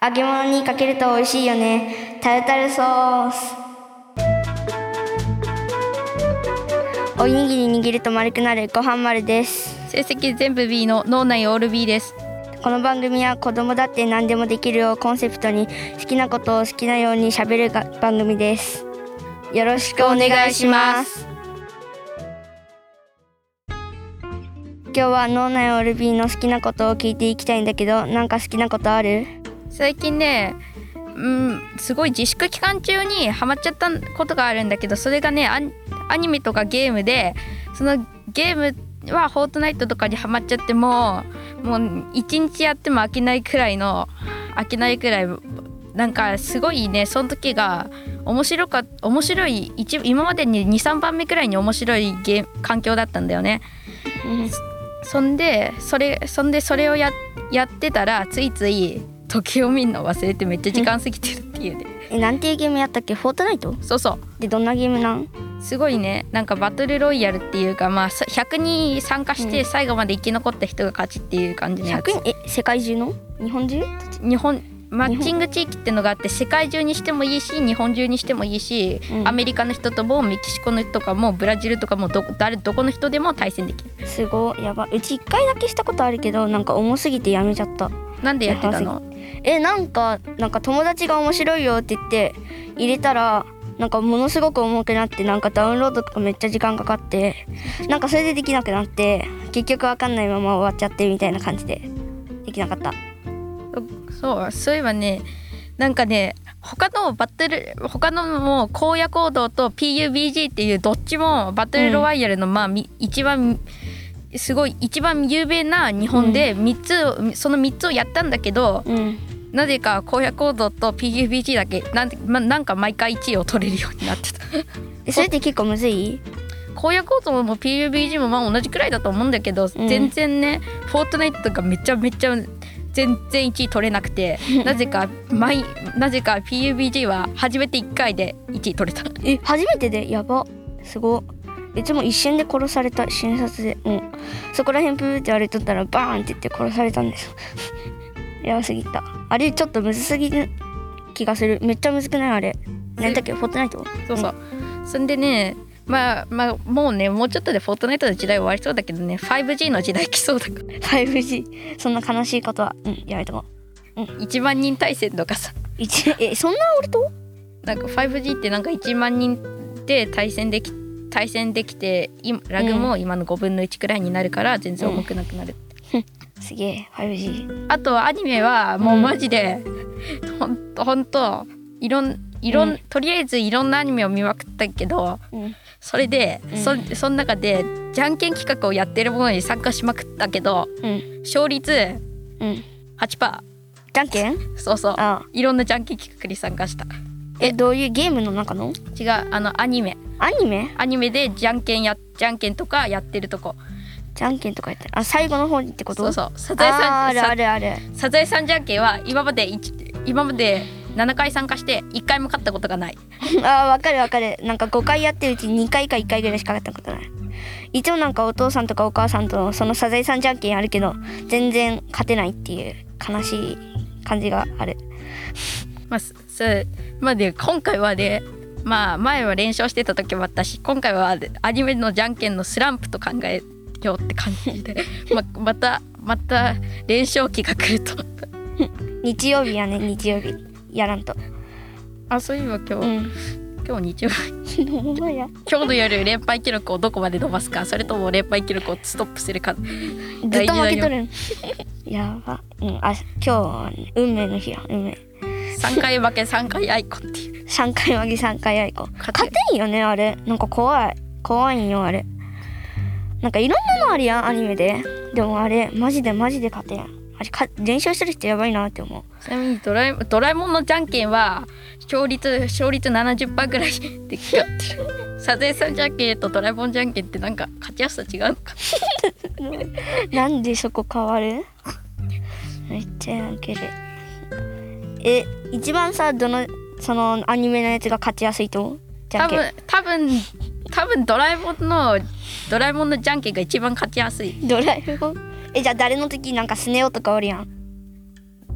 揚げ物にかけると美味しいよね。タルタルソース。おにぎり握ると丸くなるご飯丸です。 成績全部 B の脳内オール B です。 この番組は子供だって何でもできるをコンセプトに好きなことを好きなように喋る番組です。よろしくお願いします。今日は脳内オール B の好きなことを聞いていきたいんだけど、なんか好きなことある？ 最近ね、すごい自粛期間中にハマっちゃったことがあるんだけど、それがね、アニメとかゲームで、そのゲームはフォートナイトとかにハマっちゃってもう一日やっても飽きないくらいなんかすごいね、その時が面白い今までに 2,3 番目くらいに面白い環境だったんだよね。そんでそれをやってたらついつい時を見るの忘れてめっちゃ時間過ぎてるっていうね。 なんていうゲームやったっけ？フォートナイト？ そうそう。 でどんなゲームなん？ すごいね、なんかバトルロイヤルっていうか、100人参加して最後まで生き残った人が勝ちっていう感じのやつ。 100人？世界中の？日本中？ マッチング地域っていうのがあって、世界中にしてもいいし日本中にしてもいいし、アメリカの人ともメキシコの人とかもブラジルとかもどこの人でも対戦できる。すごいやば。うち1回だけしたことあるけど、なんか重すぎてやめちゃった。 なんでやってたの？ なんか友達が面白いよって言って入れたら、なんかものすごく重くなって、なんかダウンロードとかめっちゃ時間かかって、なんかそれでできなくなって、結局わかんないまま終わっちゃってみたいな感じでできなかった。 そういえばね、なんかね、他のも荒野行動と PUBG っていうどっちもバトルロワイヤルの一番有名な日本でその3つをやったんだけど、なぜか荒野行動と PUBG だけなんか毎回1位を取れるようになってた。 それって結構むずい？ 荒野行動も PUBG も同じくらいだと思うんだけど、全然ね、フォートナイトとかめちゃめちゃ全然1位取れなくて、なぜか PUBG は初めて1回で1位取れた。 初めてで？やば、すごい。いつも一瞬で殺された、瞬殺で、そこら辺プーって歩いとったらバーンって言って殺されたんですよ。やばすぎた。あれちょっとむずすぎる気がする。めっちゃむずくない？あれ何だっけ？フォートナイト？ そうそう、そんでね、もうね、もうちょっとでフォートナイトの時代終わりそうだけどね、 5G の時代来そうだから。 5G そんな悲しいことはやめとこう。 1万人対戦とかさ、 そんな俺となんか 5G ってなんか1万人で対戦できて、ラグも今の5分の1くらいになるから全然重くなくなる。 すげえ 5G。 あとアニメはもうマジで、ほんととりあえずいろんなアニメを見まくったけど、それで、その中でじゃんけん企画をやってるものに参加しまくったけど、勝率 8%。 じゃんけん？ そうそう、いろんなじゃんけん企画に参加した。 どういうゲームの中の？ 違う、アニメでじゃんけんとかやってるとこ。 じゃんけんとかやってる。最後の方にってこと？ そうそう、サザエさん、 あるサザエさんじゃんけんは今まで7回参加して1回も勝ったことがない。 わかる。なんか5回やってるうち2回か1回ぐらいしか勝ったことない。いつもなんかお父さんとかお母さんとそのサザエさんじゃんけんあるけど全然勝てないっていう悲しい感じがある。 で今回はね、前は連勝してた時もあったし、今回はアニメのじゃんけんのスランプと考えようって感じでまた連勝期が来ると日曜日やね、日曜日やらんと。 そういえば今日日曜日今日の夜連敗記録をどこまで伸ばすか、それとも連敗記録をストップするか、 ずっと負けとるんやば。今日は、運命の日や。 3回負け3回アイコっていう。 3回負け3回アイコ。勝てんよねあれ。なんか怖いんよあれ。なんかいろんなのあるやんアニメで。でもあれマジで勝てん。あれ連勝してる人やばいなって思う。 ちなみにドラえもんのじゃんけんは勝率 70% ぐらいできやってる。サザエさんじゃんけんとドラえもんじゃんけんってなんか勝ちやすさ違うのかなんでそこ変わる？めっちゃウケる。一番さ、そのアニメのやつが勝ちやすいと思う？じゃんけん。 多分ドラえもんのじゃんけんが一番勝ちやすい。 ドラえもん？じゃあ誰の時なんかスネ夫とかおるやん。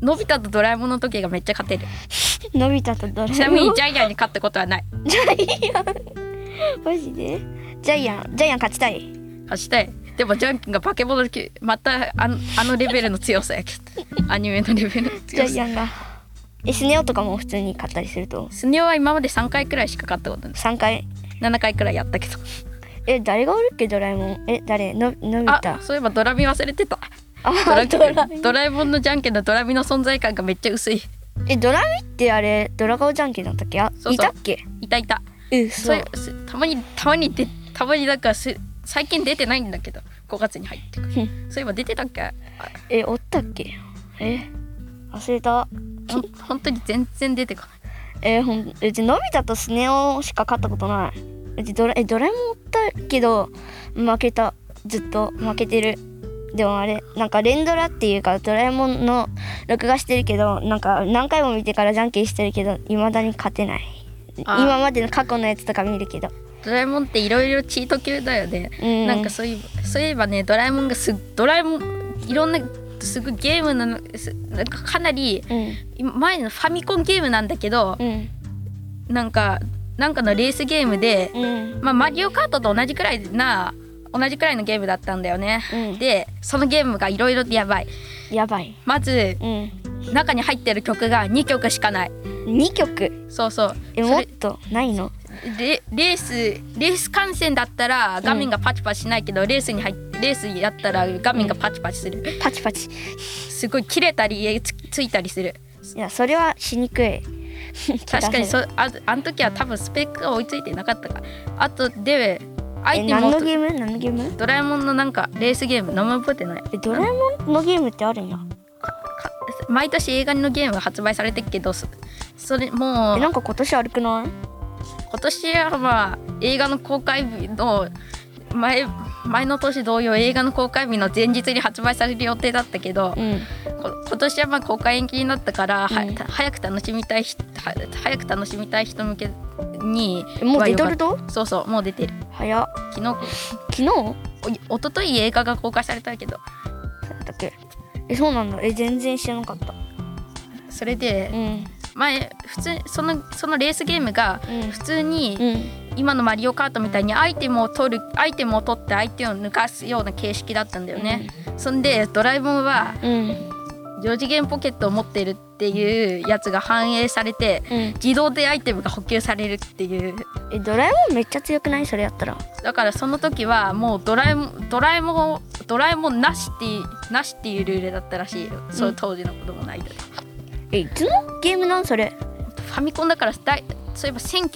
のび太とドラえもんの時がめっちゃ勝てる。 のび太とドラえもん。 ちなみにジャイアンに勝ったことはない。 ジャイアンマジでジャイアン勝ちたい。 勝ちたい。でもジャンキンが化け物級、またあのレベルの強さやけどアニメのレベルのジ強さ。 ャイアンがスネ夫とかも普通に勝ったりすると。 スネ夫は今まで3回くらいしか勝ったことない。 3回 7回くらいやったけど。 誰がおるっけドラえもん。誰のび太。 あ、そういえばドラミ忘れてた。 ドドラえもんのじゃんけんのドラミの存在感がめっちゃ薄い。 ドラミってあれドラ顔じゃんけんだったっけ。 そうそういたっけ。 いた。 そうたまになんか最近出てないんだけど、5月に入ってくる。そういえば出てたっけ。 おったっけ。忘れた。 本当に全然出てこない。 うちのび太とスネ夫しか勝ったことない。うちドラえもんおったけど負けた。ずっと負けてる。でもあれなんか連ドラっていうかドラえもんの録画してるけど、なんか何回も見てからじゃんけんしてるけど未だに勝てない。今までの過去のやつとか見るけど、 ドラえもんっていろいろチート級だよね。なんかそういえばね、ドラえもんいろんなすぐゲームなんかかなり、前のファミコンゲームなんだけど、なんかのレースゲームで、マリオカートと同じくらいのゲームだったんだよね。でそのゲームがいろいろやばい。まず、中に入ってる曲が2曲しかない。 2曲。 そうもっとないの。 レース観戦だったら画面がパチパチしないけど、レースやったら画面がパチパチする。 パチパチすごい切れたりついたりする。 いやそれはしにくい。 確かにあの時は多分スペックが追いついてなかったから。あとでアイテム何のゲーム。 ドラえもんのなんかレースゲーム名前覚えてない。 ドラえもんのゲームってあるんや。 毎年映画のゲームが発売されてるけど、それもうなんか今年悪くない。 今年は映画の公開日の前の年同様映画の公開日の前日に発売される予定だったけど、今年は公開延期になったから、早く楽しみたい人向けに。 もう出とると。 そうもう出てる。 早っ。昨日おととい映画が公開されたけど。 だっけ。そうなんだ。全然知らなかった。 それで、普通そのレースゲームが普通に、今のマリオカートみたいにアイテムを取って相手を抜かすような形式だったんだよね。そんでドラえもんは、4次元ポケットを持ってるっていうやつが反映されて、自動でアイテムが補給されるっていう。 ドラえもんめっちゃ強くない？それやったら。 だからその時はもうドラえもんなしっていうルールだったらしいよ。その当時の子供の間で。 いつのゲームなんそれ。 ファミコンだからそういえば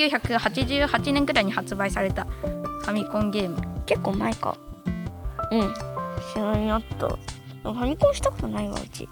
1988年くらいに発売されたファミコンゲーム。 結構前か。知らんやった。ファミコンしたことないわうち。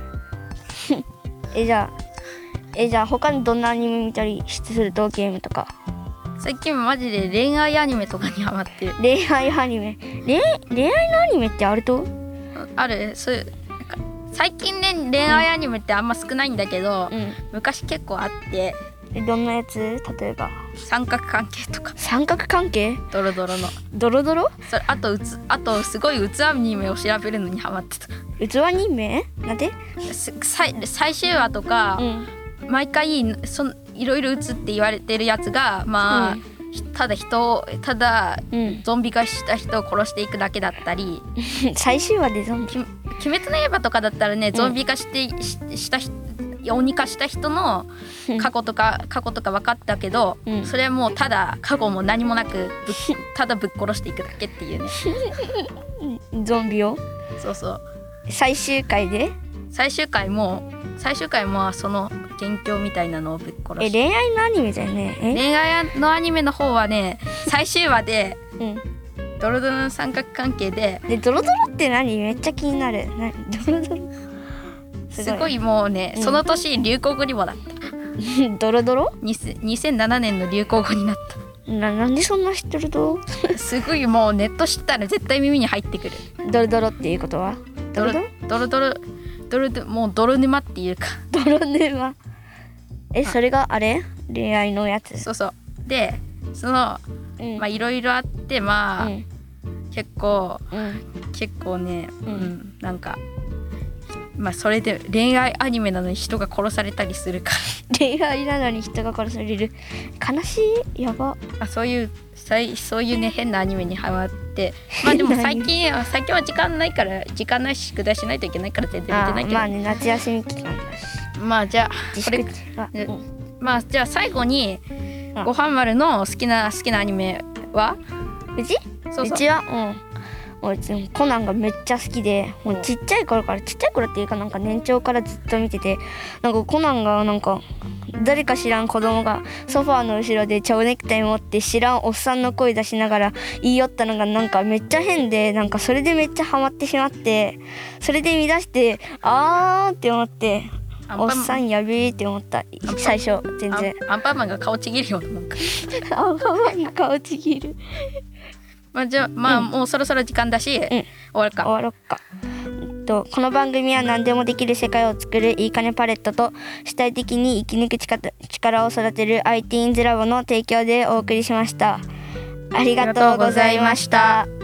じゃあ他にどんなアニメ見たりすると？ゲームとか。 最近マジで恋愛アニメとかにハマってる。 恋愛アニメのアニメってあると？ ある。最近ね恋愛アニメってあんま少ないんだけど、昔結構あって。 どんなやつ？例えば三角関係とか。 三角関係？ ドロドロの。 ドロドロ？ あとすごい器アニメを調べるのにハマってた。 器アニメ？なんで？ 最終話とか、毎回いろいろ打つって言われてるやつがただゾンビ化した人を殺していくだけだったり。 最終話でゾンビ？ 鬼滅の刃とかだったらね、ゾンビ化した人、鬼化した人の過去とか分かったけど、それはもうただ過去も何もなくただぶっ殺していくだけっていうね。 ゾンビを？ そう最終回もその元凶みたいなのをぶっ殺して。 恋愛のアニメだよね。 恋愛のアニメの方はね、最終話で、ドロドロの三角関係で。 ドロドロって何？めっちゃ気になる。ドロドロすごいもうね、その年流行語にもなった。 ドロドロ ？2007年の流行語になった。 なんでそんな知ってると？ すごいもうネット知ったら絶対耳に入ってくる。 ドロドロっていうことは？ ドロもう泥沼っていうか。 泥沼。それがあれ？恋愛のやつ。 そうでいろいろあって結構ね、なんかまあそれで恋愛アニメなのに人が殺されたりするか恋愛なのに人が殺される。悲しい。やば。 らそういうね変なアニメにハマって、まあでも最近は時間ないし宿題しないといけないから全然見てないけど、 まあね、夏休み期間だし。 まあじゃあ自これ粛中は、 まあじゃあ最後にうんごはん丸の好きなアニメは？ うちそうちはうちコナンがめっちゃ好きで、もうちっちゃい頃っていうかなんか年長からずっと見てて、なんかコナンがなんか誰か知らん子供がソファーの後ろで蝶ネクタイ持って知らんおっさんの声出しながら言い寄ったのがなんかめっちゃ変で、なんかそれでめっちゃハマってしまって、それで見出してって思って、おっさんやべえって思った。最初全然アンパンマンが顔ちぎるようなもんかアンパンマンが顔ちぎる。 まあじゃあまあもうそろそろ時間だし、終わるか。 終わろっか。この番組は何でもできる世界を作るいいかねパレットと主体的に生き抜く力を育てる IT インズラボの提供でお送りしました。ありがとうございました。